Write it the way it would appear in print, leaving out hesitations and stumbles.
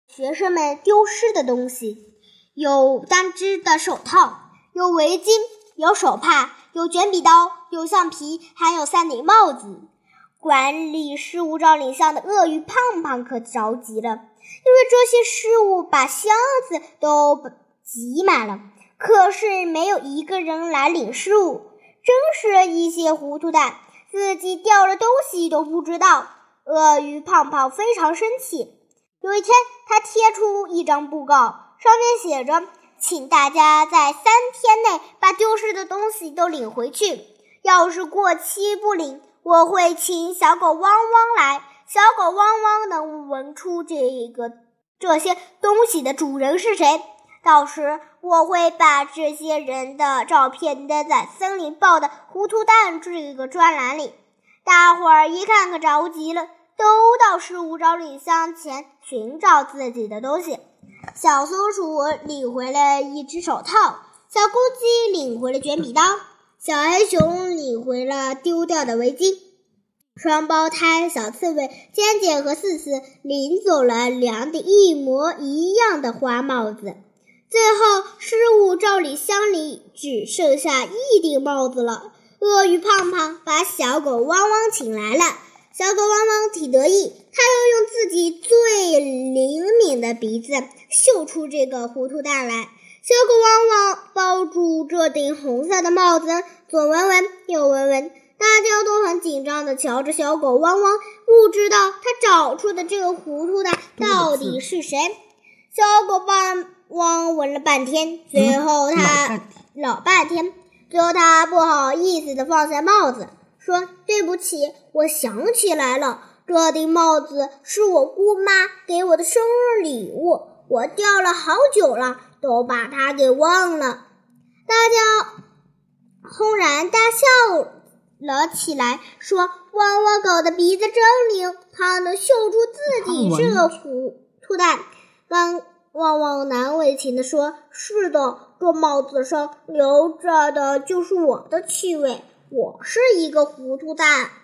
学生们丢失的东西，有单织的手套，有围巾，有手帕，有卷笔刀，有橡皮，还有3顶帽子。管理失物招领箱的鳄鱼胖胖可着急了，因为这些失物把箱子都挤满了，可是没有一个人来领失物，真是一些糊涂蛋，自己掉了东西都不知道。鳄鱼胖胖非常生气。有一天，他贴出一张布告，上面写着：请大家在3天内把丢失的东西都领回去，要是过期不领，我会请小狗汪汪来。小狗汪汪能闻出这些东西的主人是谁，到时我会把这些人的照片登在森林报的糊涂蛋这个专栏里。大伙儿一看可着急了，都到失物招领箱前寻找自己的东西。小松鼠领回了一只手套，小公鸡领回了卷笔刀，小黑熊领回了丢掉的围巾，双胞胎小刺猬尖尖和四四领走了2顶一模一样的花帽子。最后，失物招领箱里只剩下1顶帽子了。鳄鱼胖胖把小狗汪汪请来了，小狗汪汪挺得意，他又用自己最灵敏的鼻子嗅出这个糊涂蛋来。小狗汪汪抱住这顶红色的帽子，左闻闻右闻闻，大家都很紧张地瞧着小狗汪汪，不知道他找出的这个糊涂蛋到底是谁。小狗汪汪闻了半天，最后他不好意思地放下帽子，说：对不起，我想起来了，这顶帽子是我姑妈给我的生日礼物，我掉了好久了，都把它给忘了。大家轰然大笑了起来，说：汪汪狗的鼻子真灵，它能嗅出自己是个糊涂蛋。汪汪难为情地说：是的，这帽子上留着的就是我的气味，我是一个糊涂蛋。